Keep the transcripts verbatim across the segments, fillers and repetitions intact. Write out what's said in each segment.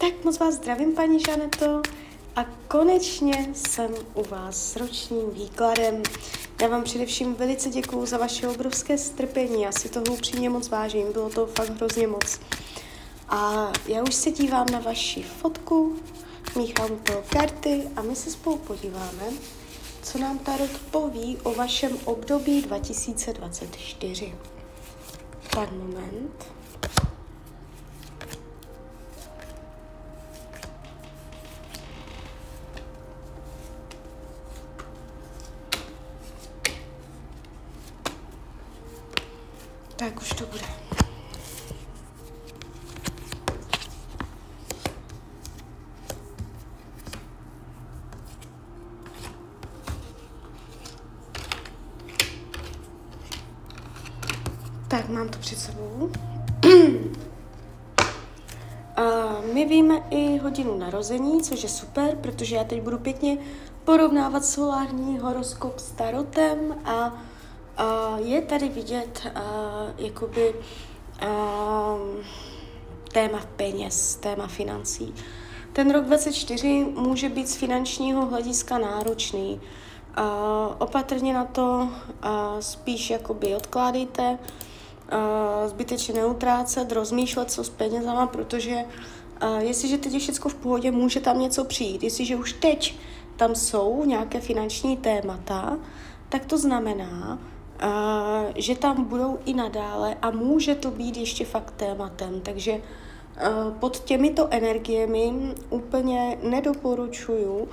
Tak moc vás zdravím, paní Žaneto, a konečně jsem u vás s ročním výkladem. Já vám především velice děkuju za vaše obrovské strpení, já si toho upřímně moc vážím, bylo to fakt hrozně moc. A já už se dívám na vaši fotku, míchám u toho karty a my se spolu podíváme, co nám Tarot poví o vašem období dva tisíce dvacet čtyři. Tak moment. Tak už to bude. Tak, mám to před sebou. A my víme i hodinu narození, což je super, protože já teď budu pěkně porovnávat solární horoskop s tarotem a a je tady vidět uh, jakoby uh, téma peněz, téma financí. Ten rok dvacet čtyři může být z finančního hlediska náročný. Uh, opatrně na to uh, spíš jakoby odkládejte, uh, zbytečně neutrácet, rozmýšlet co s penězama, protože uh, jestliže teď je všechno v pohodě, může tam něco přijít. Jestliže už teď tam jsou nějaké finanční témata, tak to znamená, Uh, že tam budou i nadále a může to být ještě fakt tématem, takže uh, pod těmito energiemi úplně nedoporučuju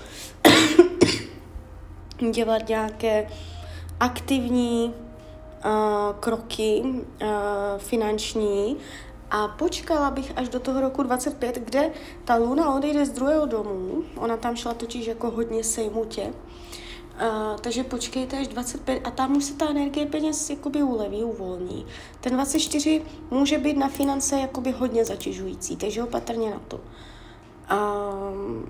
dělat nějaké aktivní uh, kroky uh, finanční a počkala bych až do toho roku dvacet pět, kde ta luna odejde z druhého domu, ona tam šla totiž jako hodně sejmutě. Uh, takže počkejte až dvacet pět a tam už se ta energie peněz jakoby uleví, uvolní. Ten dvacet čtyři může být na finance jakoby hodně zatěžující, takže opatrně na to. Uh,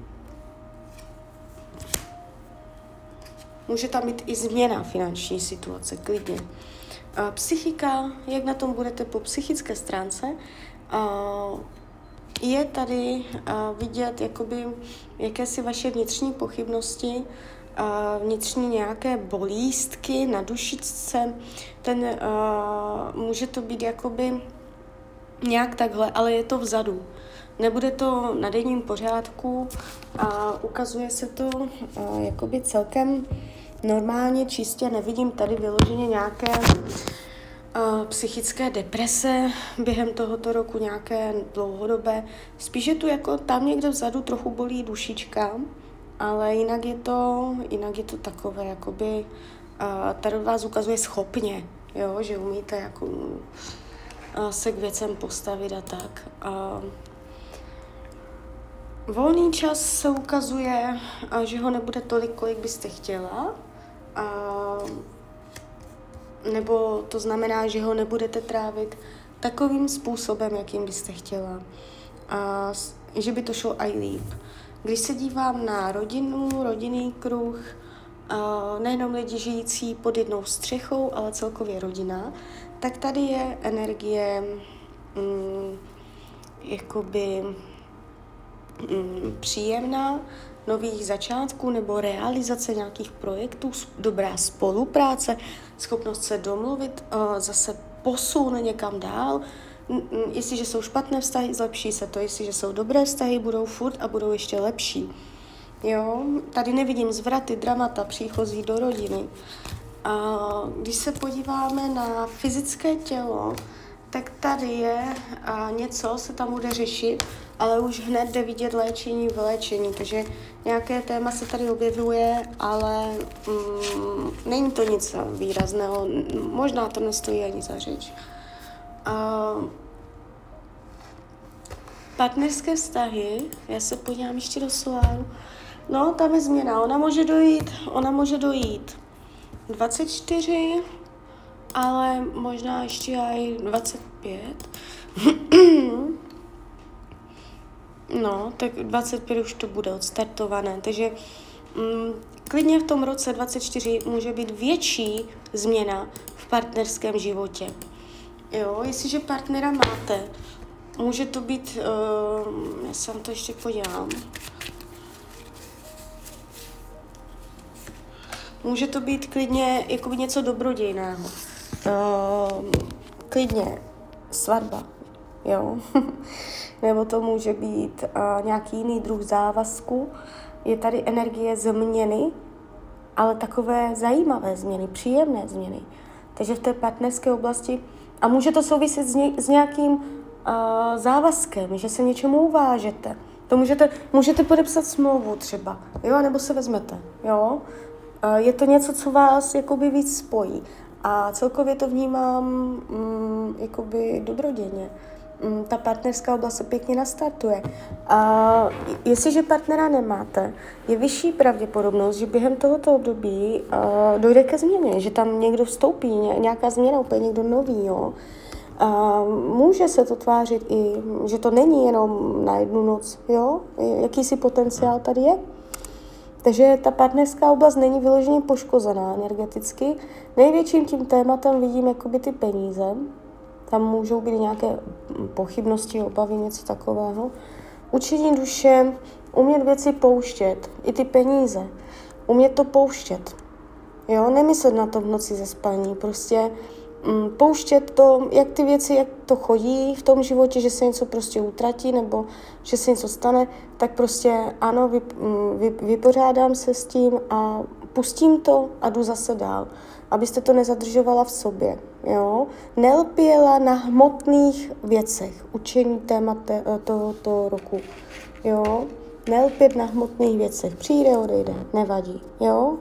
může tam být i změna finanční situace, klidně. Uh, psychika, jak na tom budete po psychické stránce, uh, je tady uh, vidět jakoby jakési vaše vnitřní pochybnosti, Uh, vnitřní nějaké bolístky na dušičce, ten, uh, může to být jakoby nějak takhle, ale je to vzadu. Nebude to na denním pořádku a ukazuje se to uh, jakoby celkem normálně, čistě, nevidím tady vyloženě nějaké uh, psychické deprese během tohoto roku, nějaké dlouhodobé. Spíše tu jako tam někde vzadu trochu bolí dušička, ale jinak je to, jinak je to takové, jakoby, uh, tady vás ukazuje schopně, jo, že umíte jako, uh, se k věcem postavit a tak. Uh, volný čas se ukazuje, uh, že ho nebude tolik, kolik byste chtěla, uh, nebo to znamená, že ho nebudete trávit takovým způsobem, jakým byste chtěla, uh, že by to šlo aj líp. Když se dívám na rodinu, rodinný kruh, nejenom lidi žijící pod jednou střechou, ale celkově rodina, tak tady je energie mm, jakoby mm, příjemná, nových začátků nebo realizace nějakých projektů, dobrá spolupráce, schopnost se domluvit, zase posun někam dál. Jestliže jsou špatné vztahy, zlepší se to. Jestliže jsou dobré vztahy, budou furt a budou ještě lepší. Jo? Tady nevidím zvraty, dramata, příchozí do rodiny. A když se podíváme na fyzické tělo, tak tady je a něco, se tam bude řešit, ale už hned jde vidět léčení, vyléčení. Takže nějaké téma se tady objevuje, ale mm, není to nic výrazného. Možná to nestojí ani za řeč. Uh, partnerské vztahy, já se podívám ještě do soláru, no tam je změna, ona může dojít, ona může dojít dvacet čtyři, ale možná ještě aj dvacet pět, no, tak dvacet pět už to bude odstartované, takže mm, klidně v tom roce dvacet čtyři může být větší změna v partnerském životě. Jo, jestliže partnera máte, může to být, uh, já Já se vám to ještě podívám. Může to být klidně jakoby něco dobrodějného. Uh, klidně svatba, jo. Nebo to může být uh, nějaký jiný druh závazku. Je tady energie změny, ale takové zajímavé změny, příjemné změny. Takže v té partnerské oblasti, a může to souviset s, ně, s nějakým uh, závazkem, že se něčemu uvážete. To můžete, můžete podepsat smlouvu třeba, jo, nebo se vezmete, jo. Uh, je to něco, co vás jakoby víc spojí. A celkově to vnímám mm, jakoby dobrodějně. Mm, ta partnerská oblast se pěkně nastartuje. A jestliže partnera nemáte, je vyšší pravděpodobnost, že během tohoto období uh, dojde ke změně, že tam někdo vstoupí, nějaká změna, úplně někdo nový, jo. A může se to tvářit i, že to není jenom na jednu noc, jo. Jakýsi potenciál tady je. Takže ta partnerská oblast není vyloženě poškozená energeticky. Největším tím tématem vidím jakoby ty peníze. Tam můžou být nějaké pochybnosti, obavy, něco takového. Učení duše, umět věci pouštět, i ty peníze. Umět to pouštět. Jo, nemyslet na to v noci ze spaní, prostě mm, pouštět to, jak ty věci, jak to chodí v tom životě, že se něco prostě utratí nebo že se něco stane, tak prostě ano, vy, vy, vypořádám se s tím a pustím to a jdu zase dál, abyste to nezadržovala v sobě. Jo? Nelpěla na hmotných věcech, učení téma tohoto roku. Jo? Nelpět na hmotných věcech, přijde, odejde, nevadí. Jo?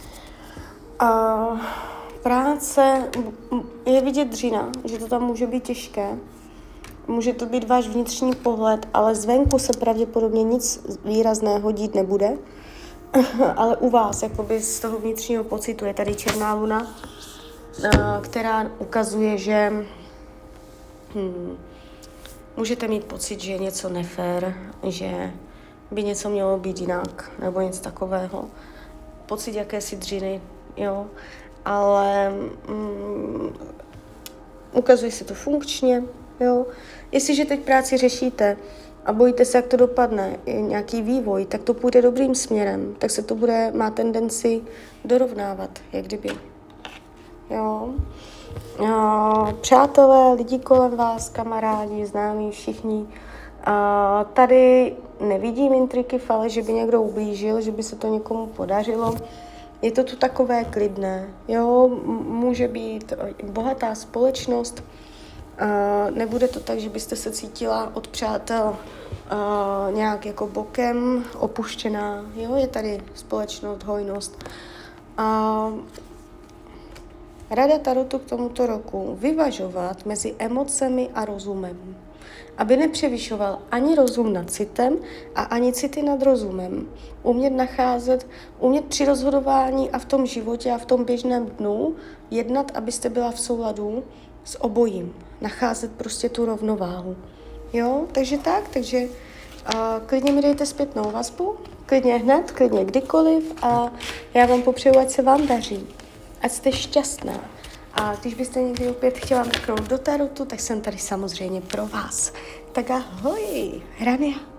A práce, je vidět dřina, že to tam může být těžké. Může to být váš vnitřní pohled, ale zvenku se pravděpodobně nic výrazného dít nebude. Ale u vás, jakoby z toho vnitřního pocitu, je tady černá luna, která ukazuje, že hmm, můžete mít pocit, že je něco nefér, že by něco mělo být jinak, nebo něco takového. Pocit jakési dřiny, jo, ale mm, ukazuje se to funkčně, jo. Jestliže teď práci řešíte a bojíte se, jak to dopadne, nějaký vývoj, tak to půjde dobrým směrem, tak se to bude, má tendenci dorovnávat, jak kdyby. Jo. Jo, přátelé, lidi kolem vás, kamarádi, známí, všichni. A tady nevidím intriky, ale že by někdo ublížil, že by se to někomu podařilo. Je to tu takové klidné, jo, může být bohatá společnost, a nebude to tak, že byste se cítila od přátel a nějak jako bokem, opuštěná, jo, je tady společnost, hojnost. A rada tarotu k tomuto roku, vyvažovat mezi emocemi a rozumem, aby nepřevyšoval ani rozum nad citem a ani city nad rozumem. Umět nacházet, umět při rozhodování a v tom životě a v tom běžném dnu jednat, abyste byla v souladu s obojím. Nacházet prostě tu rovnováhu. Jo, takže tak, takže uh, klidně mi dejte zpětnou vazbu, klidně hned, klidně kdykoliv a já vám popřeju, ať se vám daří. Ať jste šťastná. A když byste někdy opět chtěla mrknout do tarotu, tak jsem tady samozřejmě pro vás. Tak ahoj, Rania.